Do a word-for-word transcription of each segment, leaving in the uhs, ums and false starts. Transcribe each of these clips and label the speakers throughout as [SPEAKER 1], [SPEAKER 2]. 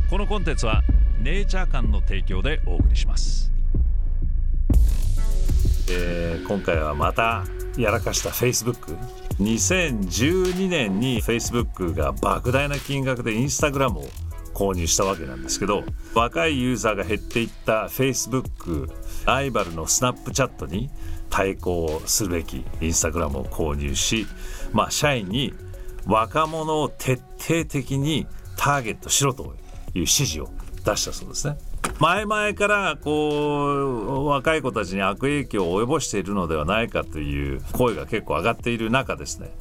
[SPEAKER 1] このコンテンツはネイチャー館の提供でお送りします。えー、今回はまたやらかした Facebook。 にせんじゅうにねんに Facebook が莫大な金額で Instagram を購入したわけなんですけど、若いユーザーが減っていった Facebook、 ライバルの Snapchat に対抗するべき Instagram を購入し、まあ、社員に若者を徹底的にターゲットしろという指示を出したそうですね。前々からこう若い子たちに悪影響を及ぼしているのではないかという声が結構上がっている中ですね、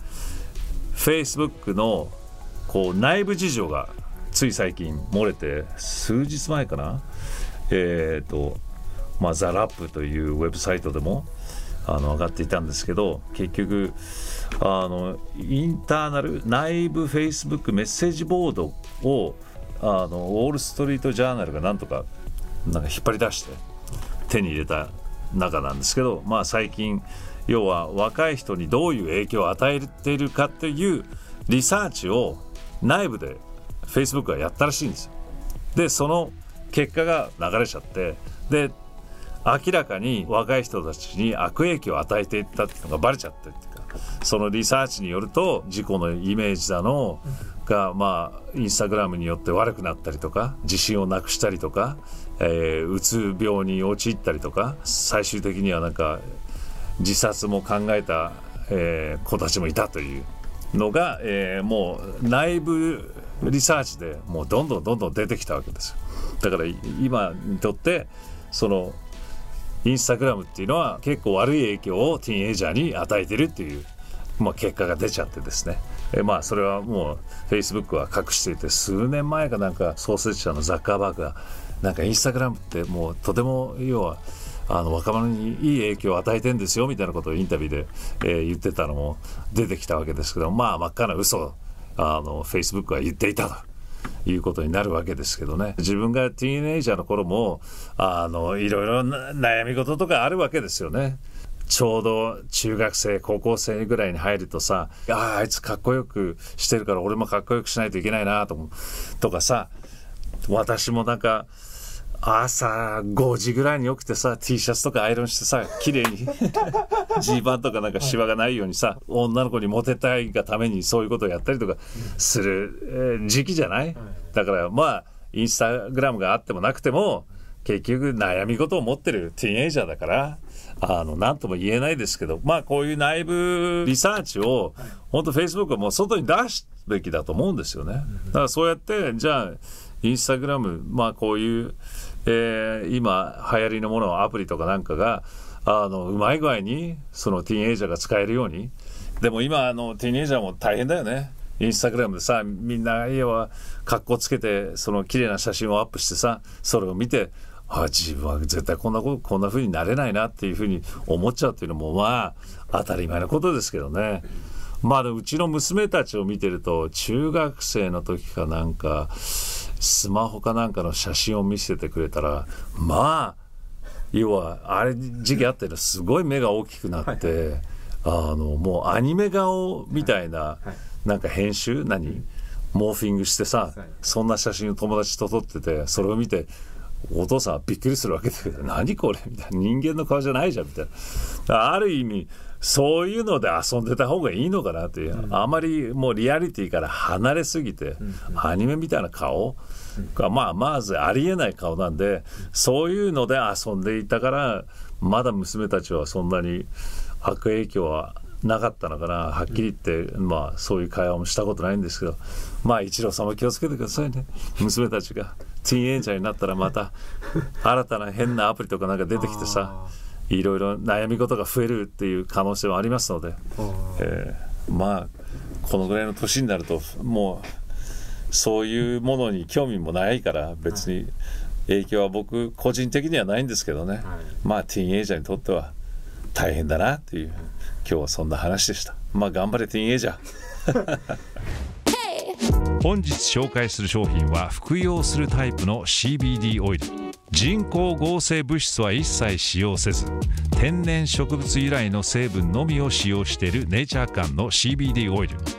[SPEAKER 1] Facebook のこう内部事情がつい最近漏れて、数日前かな、えーとまあ、ザラップというウェブサイトでもあの上がっていたんですけど、結局あのインターナル内部 Facebook メッセージボードをあのウォールストリートジャーナルがなんとかなんか引っ張り出して手に入れた中なんですけど、まあ最近要は若い人にどういう影響を与えているかというリサーチを内部で Facebook がやったらしいんですよ。でその結果が流れちゃって、で明らかに若い人たちに悪影響を与えていったっていうのがバレちゃってるっていうか、そのリサーチによると自己のイメージだのが、まあインスタグラムによって悪くなったりとか、自信をなくしたりとか、えー、うつ病に陥ったりとか、最終的にはなんか自殺も考えた、えー、子たちもいたというのが、えー、もう内部リサーチでもうどんどんどんどん出てきたわけですよ。だから今にとってそのインスタグラムっていうのは結構悪い影響をティーンエイジャーに与えてるっていう、まあ、結果が出ちゃってですね、えまあそれはもう Facebook は隠していて、数年前かなんか創設者のザッカーバーグがなんかインスタグラムってもうとても要はあの若者にいい影響を与えてるんですよみたいなことをインタビューで、えー、言ってたのも出てきたわけですけど、まあ真っ赤な嘘をあの Facebook は言っていたということになるわけですけどね。自分がティーンエイジャーの頃もあのいろいろな悩み事とかあるわけですよね。ちょうど中学生高校生ぐらいに入るとさ、あ, あいつかっこよくしてるから俺もかっこよくしないといけないな と, とかさ、私もなんか朝ごじぐらいに起きてさ T シャツとかアイロンしてさ綺麗にジーパンとかなんかシワがないようにさ、女の子にモテたいがためにそういうことをやったりとかする、えー、時期じゃない。だからまあインスタグラムがあってもなくても結局悩み事を持ってるティーンエイジャーだからあの何とも言えないですけど、まあこういう内部リサーチを本当 Facebook はもう外に出すべきだと思うんですよね。だからそうやってじゃあインスタグラム、まあこういう、えー、今流行りのものアプリとかなんかがあのうまい具合にそのティーンエイジャーが使えるように。でも今あのティーンエイジャーも大変だよね。インスタグラムでさみんな家は格好つけてその綺麗な写真をアップしてさ、それを見てあ自分は絶対こんなことこんな風になれないなっていう風に思っちゃうっていうのもまあ当たり前のことですけどね。まあうちの娘たちを見てると中学生の時かなんかスマホかなんかの写真を見せてくれたら、まあ要はあれ時期あってるすごい目が大きくなって、はい、あのもうアニメ顔みたいな、はいはい、なんか編集何モーフィングしてさ、はい、そんな写真を友達と撮ってて、それを見てお父さんはびっくりするわけだけど、何これみたいな、人間の顔じゃないじゃんみたいな。ある意味そういうので遊んでた方がいいのかなという、うん、あまりもうリアリティから離れすぎて、うん、アニメみたいな顔が、まあまずありえない顔なんで、そういうので遊んでいたからまだ娘たちはそんなに悪影響はなかったのかな。はっきり言って、うん、まあそういう会話もしたことないんですけど、まあ一郎さんも気をつけてくださいね。娘たちがティーンエイジャーになったらまた新たな変なアプリとかなんか出てきてさ、いろいろ悩み事が増えるっていう可能性はありますので、えー、まあこのぐらいの年になるともうそういうものに興味もないから別に影響は僕個人的にはないんですけどね、まあティーンエイジャーにとっては大変だなっていう、今日はそんな話でした。まあ頑張れティーンエイジャー本日紹介する商品は服用するタイプの シービーディー オイル。人工合成物質は一切使用せず、天然植物由来の成分のみを使用しているネイチャー館の シービーディー オイル。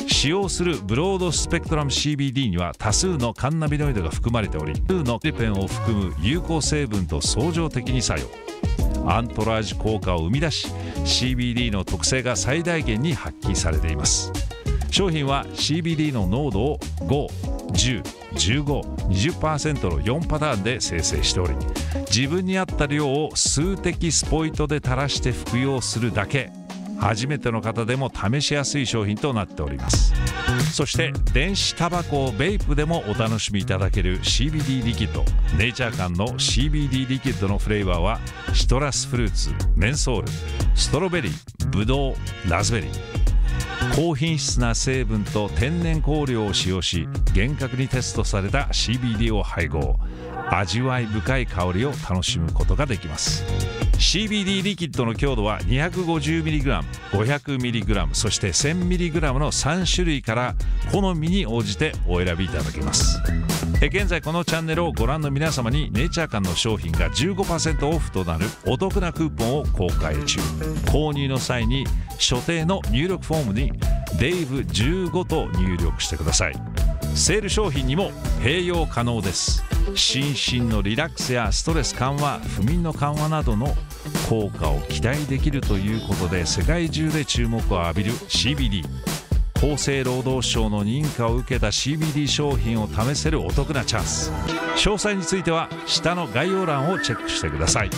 [SPEAKER 2] 使用するブロードスペクトラム シービーディー には多数のカンナビノイドが含まれており、多数のテペンを含む有効成分と相乗的に作用、アントラージュ効果を生み出し シービーディー の特性が最大限に発揮されています。商品は シービーディー の濃度をご、じゅう、じゅうご、にじゅっパーセント のよんパターンで生成しており、自分に合った量を数滴スポイトで垂らして服用するだけ、初めての方でも試しやすい商品となっております。そして電子タバコベイプでもお楽しみいただける シービーディー リキッド、ネイチャー感の シービーディー リキッドのフレーバーはシトラスフルーツ、メンソール、ストロベリー、ブドウ、ラズベリー、高品質な成分と天然香料を使用し厳格にテストされた シービーディー を配合、味わい深い香りを楽しむことができます。 シービーディー リキッドの強度は にひゃくごじゅうミリグラム、ごひゃくミリグラム、そして せんミリグラム のさん種類から好みに応じてお選びいただけます。現在このチャンネルをご覧の皆様にネイチャー館の商品が じゅうごパーセント オフとなるお得なクーポンを公開中。購入の際に所定の入力フォームに デイブじゅうご と入力してください。セール商品にも併用可能です。心身のリラックスやストレス緩和、不眠の緩和などの効果を期待できるということで世界中で注目を浴びる シービーディー。厚生労働省の認可を受けた シービーディー 商品を試せるお得なチャンス。詳細については下の概要欄をチェックしてください。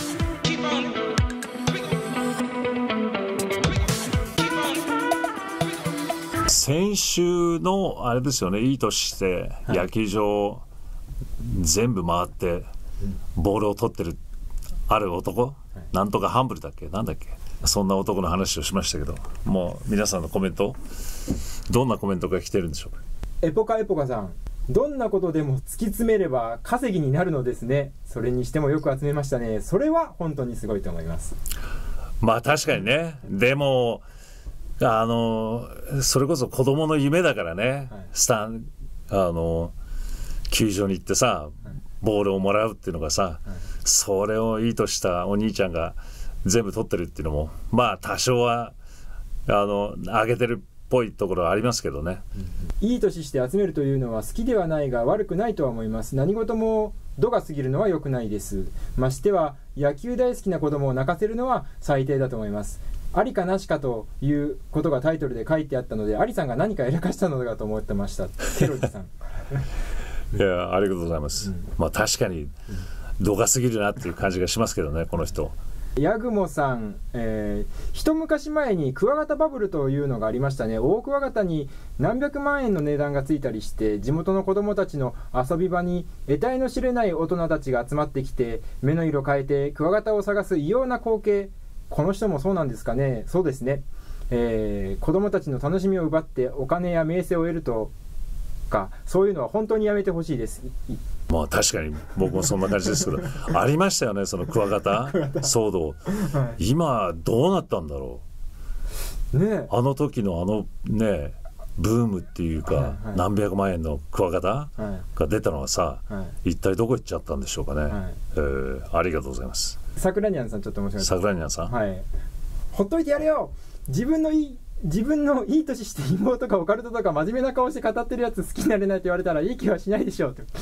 [SPEAKER 1] 先週のあれですよね、いい年して野球場全部回ってボールを取ってるある男、なんとかハンブルだっけ、なんだっけ、そんな男の話をしましたけど、もう皆さんのコメント、どんなコメントが来てるんでしょうか。
[SPEAKER 3] エポカエポカさん、どんなことでも突き詰めれば稼ぎになるのですね。それにしてもよく集めましたね。それは本当にすごいと思います。
[SPEAKER 1] まあ確かにね、でもあのそれこそ子供の夢だからね、はい、スタンあの球場に行ってさ、ボールをもらうっていうのがさ、はい、それをいいとしたお兄ちゃんが全部取ってるっていうのも、まあ多少はあの上げてるっぽいところはありますけどね、
[SPEAKER 3] うん、いい年して集めるというのは好きではないが悪くないとは思います。何事も度が過ぎるのは良くないです。ましては野球大好きな子供を泣かせるのは最低だと思います。ありかなしかということがタイトルで書いてあったので、アリさんが何かやらかしたのかと思ってました。ケロリさん
[SPEAKER 1] いや、ありがとうございます、うん、まあ確かに度が過ぎるなっていう感じがしますけどね、この人。
[SPEAKER 3] ヤグモさん、えー、一昔前にクワガタバブルというのがありましたね。大クワガタに何百万円の値段がついたりして、地元の子どもたちの遊び場に得体の知れない大人たちが集まってきて、目の色変えてクワガタを探す異様な光景。この人もそうなんですかね。そうですね、えー、子どもたちの楽しみを奪ってお金や名声を得るとか、そういうのは本当にやめてほしいです。
[SPEAKER 1] まあ確かに僕もそんな感じですけどありましたよね、そのクワガタ騒動、はい、今どうなったんだろう、ね、あの時のあのねブームっていうか、はいはい、何百万円のクワガタが出たのはさ、はい、一体どこ行っちゃったんでしょうかね、はい、えー、ありがとうございます。
[SPEAKER 3] 桜ニャンさん、ちょっと面白い。
[SPEAKER 1] 桜ニャンさん、
[SPEAKER 3] はい、ほっといてやれよ。自分のいい自分のいい年して陰謀とかオカルトとか真面目な顔して語ってるやつ好きになれないと言われたらいい気はしないでしょうと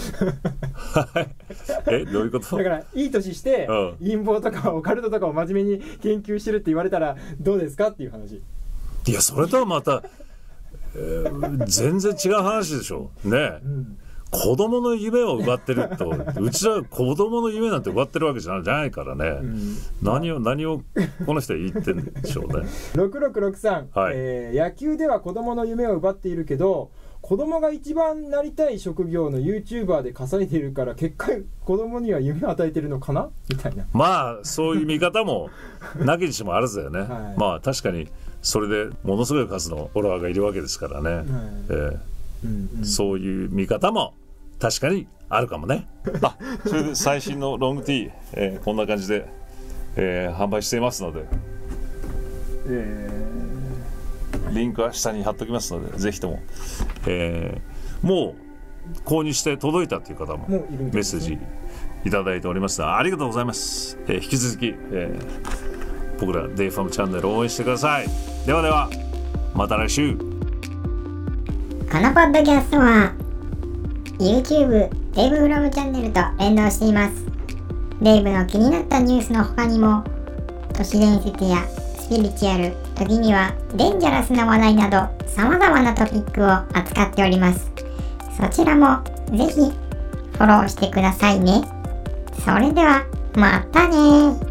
[SPEAKER 1] え、どういうこと？
[SPEAKER 3] だからいい年して陰謀とかオカルトとかを真面目に研究してるって言われたらどうですかっていう話。
[SPEAKER 1] いや、それとはまた、えー、全然違う話でしょね、うん、子供の夢を奪ってるとうちら子供の夢なんて奪ってるわけじゃないからね、うん、何を何をこの人は言ってるんでしょうね
[SPEAKER 3] ろくろくろくさん、はい、えー、野球では子供の夢を奪っているけど、子供が一番なりたい職業の YouTuber で稼いでいるから、結果子供には夢を与えてるのかなみたいな、ま
[SPEAKER 1] あそういう見方もなきにしもあらずだよね、はい、まあ確かにそれでものすごい数のフォロワーがいるわけですからね、はい、えーうんうん、そういう見方も確かにあるかもねあ、それで最新のロングティー、えー、こんな感じで、えー、販売していますので、えー、リンクは下に貼っておきますので、ぜひとも、えー、もう購入して届いたという方もメッセージいただいておりますので、ありがとうございます、えー、引き続き、えー、僕らデイファムチャンネルを応援してください。ではではまた来週。
[SPEAKER 4] このポッドキャストは YouTube デイブフロムチャンネルと連動しています。デイブの気になったニュースの他にも、都市伝説やスピリチュアル、時にはデンジャラスな話題など様々なトピックを扱っております。そちらもぜひフォローしてくださいね。それではまたね。